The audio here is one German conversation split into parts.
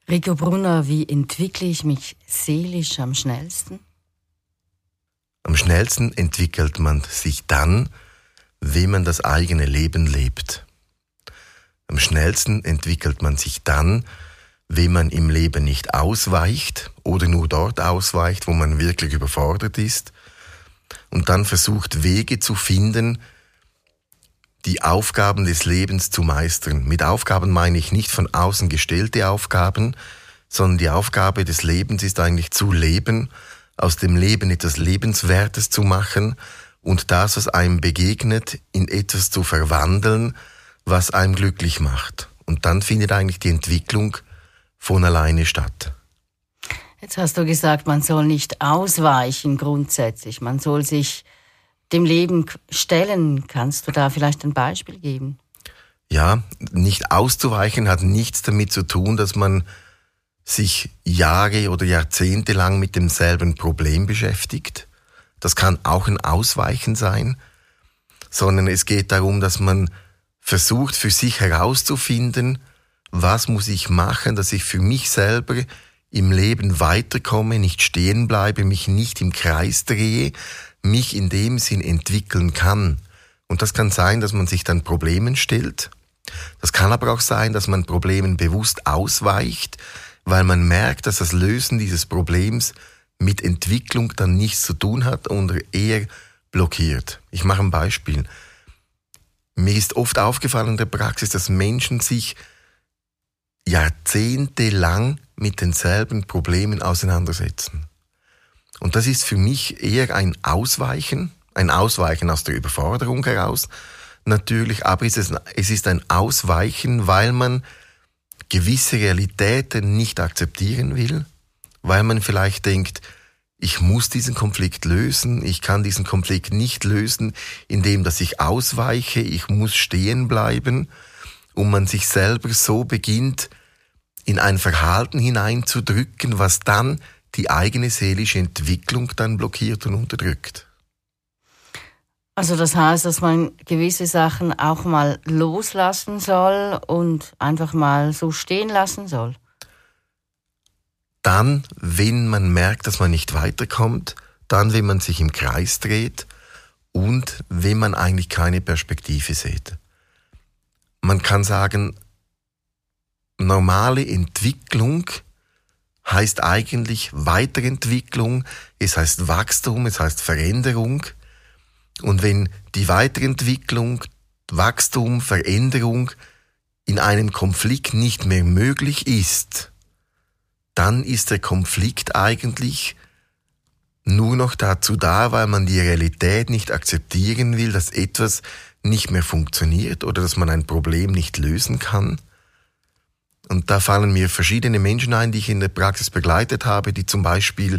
Rico Brunner, wie entwickle ich mich seelisch am schnellsten? Am schnellsten entwickelt man sich dann, wenn man das eigene Leben lebt. Am schnellsten entwickelt man sich dann, wenn man im Leben nicht ausweicht oder nur dort ausweicht, wo man wirklich überfordert ist und dann versucht, Wege zu finden, die Aufgaben des Lebens zu meistern. Mit Aufgaben meine ich nicht von außen gestellte Aufgaben, sondern die Aufgabe des Lebens ist eigentlich zu leben, aus dem Leben etwas Lebenswertes zu machen und das, was einem begegnet, in etwas zu verwandeln, was einem glücklich macht. Und dann findet eigentlich die Entwicklung von alleine statt. Jetzt hast du gesagt, man soll nicht ausweichen grundsätzlich. Man soll sich dem Leben stellen. Kannst du da vielleicht ein Beispiel geben? Ja, nicht auszuweichen hat nichts damit zu tun, dass man sich Jahre oder Jahrzehnte lang mit demselben Problem beschäftigt. Das kann auch ein Ausweichen sein, sondern es geht darum, dass man versucht, für sich herauszufinden, was muss ich machen, dass ich für mich selber im Leben weiterkomme, nicht stehen bleibe, mich nicht im Kreis drehe, mich in dem Sinn entwickeln kann. Und das kann sein, dass man sich dann Problemen stellt. Das kann aber auch sein, dass man Problemen bewusst ausweicht, weil man merkt, dass das Lösen dieses Problems mit Entwicklung dann nichts zu tun hat und eher blockiert. Ich mache ein Beispiel. Mir ist oft aufgefallen in der Praxis, dass Menschen sich jahrzehntelang mit denselben Problemen auseinandersetzen. Und das ist für mich eher ein Ausweichen aus der Überforderung heraus natürlich, aber es ist ein Ausweichen, weil man gewisse Realitäten nicht akzeptieren will, weil man vielleicht denkt, ich muss diesen Konflikt lösen, ich kann diesen Konflikt nicht lösen, indem dass ich ausweiche, ich muss stehen bleiben und man sich selber so beginnt, in ein Verhalten hineinzudrücken, was dann die eigene seelische Entwicklung dann blockiert und unterdrückt. Also das heißt, dass man gewisse Sachen auch mal loslassen soll und einfach mal so stehen lassen soll? Dann, wenn man merkt, dass man nicht weiterkommt, dann, wenn man sich im Kreis dreht und wenn man eigentlich keine Perspektive sieht. Man kann sagen, normale Entwicklung heißt eigentlich Weiterentwicklung, es heißt Wachstum, es heißt Veränderung. Und wenn die Weiterentwicklung, Wachstum, Veränderung in einem Konflikt nicht mehr möglich ist, dann ist der Konflikt eigentlich nur noch dazu da, weil man die Realität nicht akzeptieren will, dass etwas nicht mehr funktioniert oder dass man ein Problem nicht lösen kann. Und da fallen mir verschiedene Menschen ein, die ich in der Praxis begleitet habe, die zum Beispiel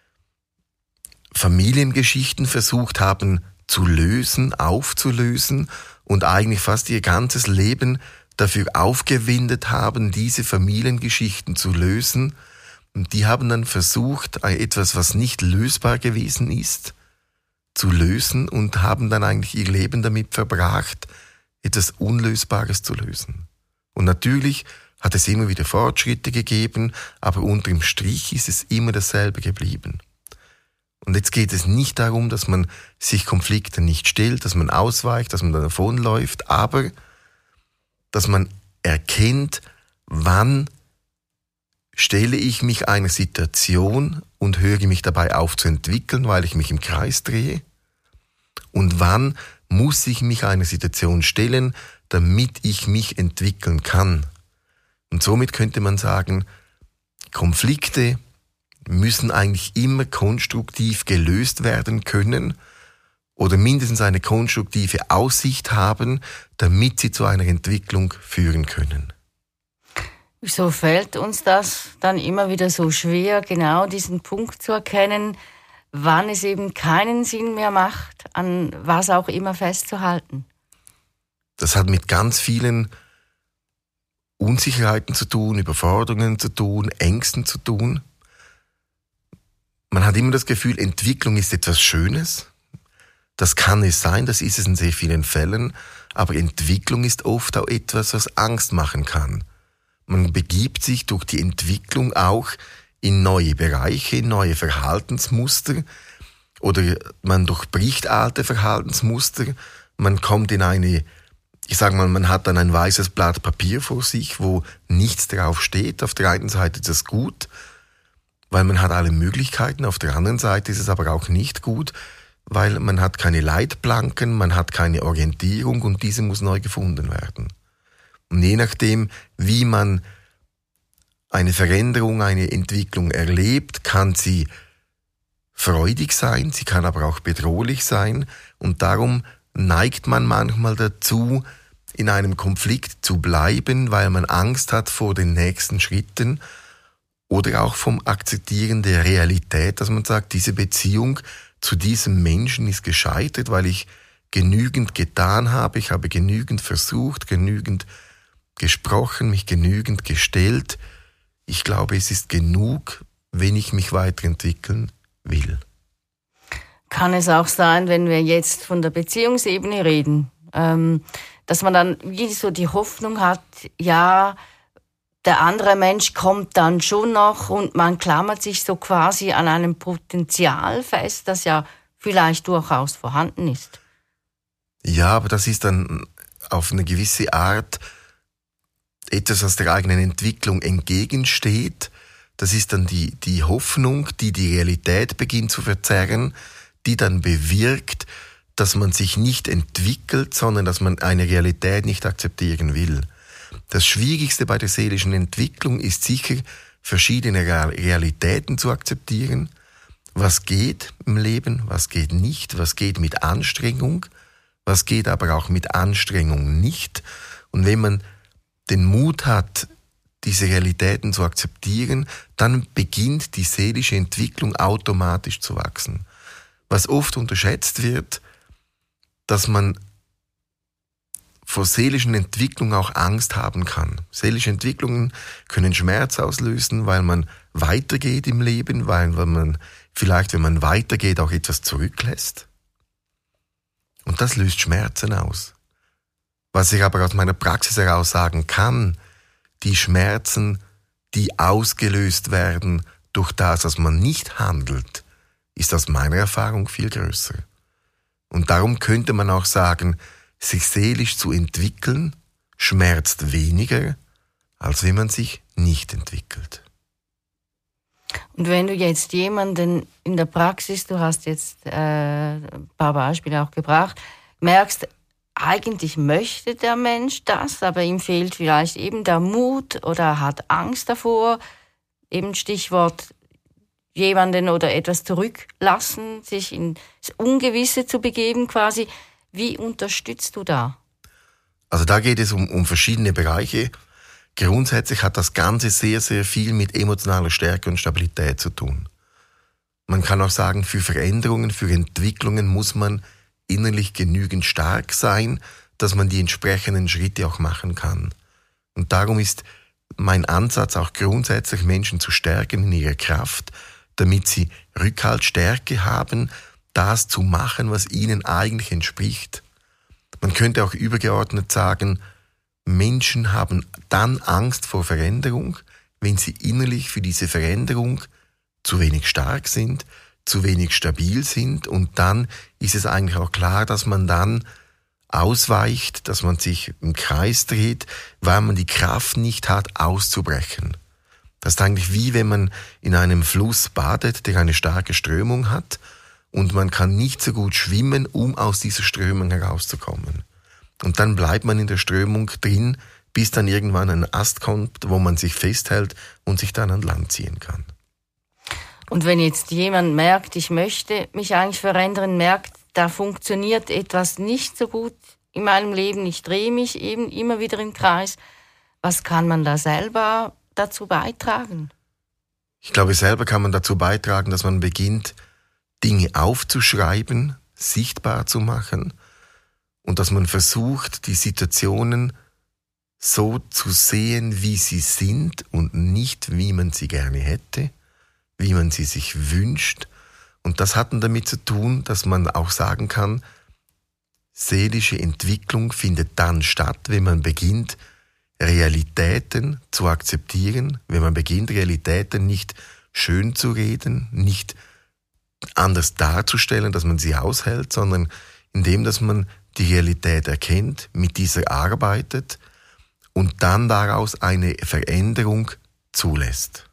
Familiengeschichten versucht haben zu lösen, aufzulösen und eigentlich fast ihr ganzes Leben dafür aufgewendet haben, diese Familiengeschichten zu lösen. Und die haben dann versucht, etwas, was nicht lösbar gewesen ist, zu lösen und haben dann eigentlich ihr Leben damit verbracht, etwas Unlösbares zu lösen. Und natürlich hat es immer wieder Fortschritte gegeben, aber unterm Strich ist es immer dasselbe geblieben. Und jetzt geht es nicht darum, dass man sich Konflikten nicht stellt, dass man ausweicht, dass man davonläuft, aber dass man erkennt, wann stelle ich mich einer Situation und höre mich dabei auf zu entwickeln, weil ich mich im Kreis drehe, und wann muss ich mich einer Situation stellen, damit ich mich entwickeln kann. Und somit könnte man sagen, Konflikte müssen eigentlich immer konstruktiv gelöst werden können oder mindestens eine konstruktive Aussicht haben, damit sie zu einer Entwicklung führen können. Wieso fällt uns das dann immer wieder so schwer, genau diesen Punkt zu erkennen, wann es eben keinen Sinn mehr macht, an was auch immer festzuhalten? Das hat mit ganz vielen Unsicherheiten zu tun, Überforderungen zu tun, Ängsten zu tun. Man hat immer das Gefühl, Entwicklung ist etwas Schönes. Das kann es sein, das ist es in sehr vielen Fällen, aber Entwicklung ist oft auch etwas, was Angst machen kann. Man begibt sich durch die Entwicklung auch in neue Bereiche, in neue Verhaltensmuster oder man durchbricht alte Verhaltensmuster. Man kommt in eine, ich sage mal, man hat dann ein weißes Blatt Papier vor sich, wo nichts drauf steht. Auf der einen Seite ist es gut, weil man hat alle Möglichkeiten. Auf der anderen Seite ist es aber auch nicht gut, weil man hat keine Leitplanken, man hat keine Orientierung und diese muss neu gefunden werden. Und je nachdem, wie man eine Veränderung, eine Entwicklung erlebt, kann sie freudig sein, sie kann aber auch bedrohlich sein und darum neigt man manchmal dazu, in einem Konflikt zu bleiben, weil man Angst hat vor den nächsten Schritten oder auch vom Akzeptieren der Realität, dass man sagt, diese Beziehung zu diesem Menschen ist gescheitert, weil ich genügend getan habe, ich habe genügend versucht, genügend gesprochen, mich genügend gestellt. Ich glaube, es ist genug, wenn ich mich weiterentwickeln will. Kann es auch sein, wenn wir jetzt von der Beziehungsebene reden, dass man dann wie so die Hoffnung hat, ja, der andere Mensch kommt dann schon noch und man klammert sich so quasi an einem Potenzial fest, das ja vielleicht durchaus vorhanden ist. Ja, aber das ist dann auf eine gewisse Art etwas, was der eigenen Entwicklung entgegensteht. Das ist dann die Hoffnung, die Realität beginnt zu verzerren, die dann bewirkt, dass man sich nicht entwickelt, sondern dass man eine Realität nicht akzeptieren will. Das Schwierigste bei der seelischen Entwicklung ist sicher, verschiedene Realitäten zu akzeptieren. Was geht im Leben, was geht nicht, was geht mit Anstrengung, was geht aber auch mit Anstrengung nicht. Und wenn man den Mut hat, diese Realitäten zu akzeptieren, dann beginnt die seelische Entwicklung automatisch zu wachsen. Was oft unterschätzt wird, dass man vor seelischen Entwicklungen auch Angst haben kann. Seelische Entwicklungen können Schmerz auslösen, weil man weitergeht im Leben, weil man vielleicht, wenn man weitergeht, auch etwas zurücklässt. Und das löst Schmerzen aus. Was ich aber aus meiner Praxis heraus sagen kann, die Schmerzen, die ausgelöst werden durch das, dass man nicht handelt, ist aus meiner Erfahrung viel größer. Und darum könnte man auch sagen, sich seelisch zu entwickeln, schmerzt weniger, als wenn man sich nicht entwickelt. Und wenn du jetzt jemanden in der Praxis, du hast jetzt ein paar Beispiele auch gebracht, merkst, eigentlich möchte der Mensch das, aber ihm fehlt vielleicht eben der Mut oder hat Angst davor, eben Stichwort jemanden oder etwas zurücklassen, sich ins Ungewisse zu begeben quasi. Wie unterstützt du da? Also da geht es um verschiedene Bereiche. Grundsätzlich hat das Ganze sehr, sehr viel mit emotionaler Stärke und Stabilität zu tun. Man kann auch sagen, für Veränderungen, für Entwicklungen muss man innerlich genügend stark sein, dass man die entsprechenden Schritte auch machen kann. Und darum ist mein Ansatz auch grundsätzlich, Menschen zu stärken in ihrer Kraft, damit sie Rückhaltsstärke haben, das zu machen, was ihnen eigentlich entspricht. Man könnte auch übergeordnet sagen, Menschen haben dann Angst vor Veränderung, wenn sie innerlich für diese Veränderung zu wenig stark sind, zu wenig stabil sind und dann ist es eigentlich auch klar, dass man dann ausweicht, dass man sich im Kreis dreht, weil man die Kraft nicht hat, auszubrechen. Das ist eigentlich wie wenn man in einem Fluss badet, der eine starke Strömung hat und man kann nicht so gut schwimmen, um aus dieser Strömung herauszukommen. Und dann bleibt man in der Strömung drin, bis dann irgendwann ein Ast kommt, wo man sich festhält und sich dann an Land ziehen kann. Und wenn jetzt jemand merkt, ich möchte mich eigentlich verändern, merkt, da funktioniert etwas nicht so gut in meinem Leben, ich drehe mich eben immer wieder im Kreis, was kann man da selber dazu beitragen? Ich glaube, selber kann man dazu beitragen, dass man beginnt, Dinge aufzuschreiben, sichtbar zu machen und dass man versucht, die Situationen so zu sehen, wie sie sind und nicht, wie man sie gerne hätte, wie man sie sich wünscht. Und das hat dann damit zu tun, dass man auch sagen kann, seelische Entwicklung findet dann statt, wenn man beginnt, Realitäten zu akzeptieren, wenn man beginnt, Realitäten nicht schön zu reden, nicht anders darzustellen, dass man sie aushält, sondern indem, dass man die Realität erkennt, mit dieser arbeitet und dann daraus eine Veränderung zulässt.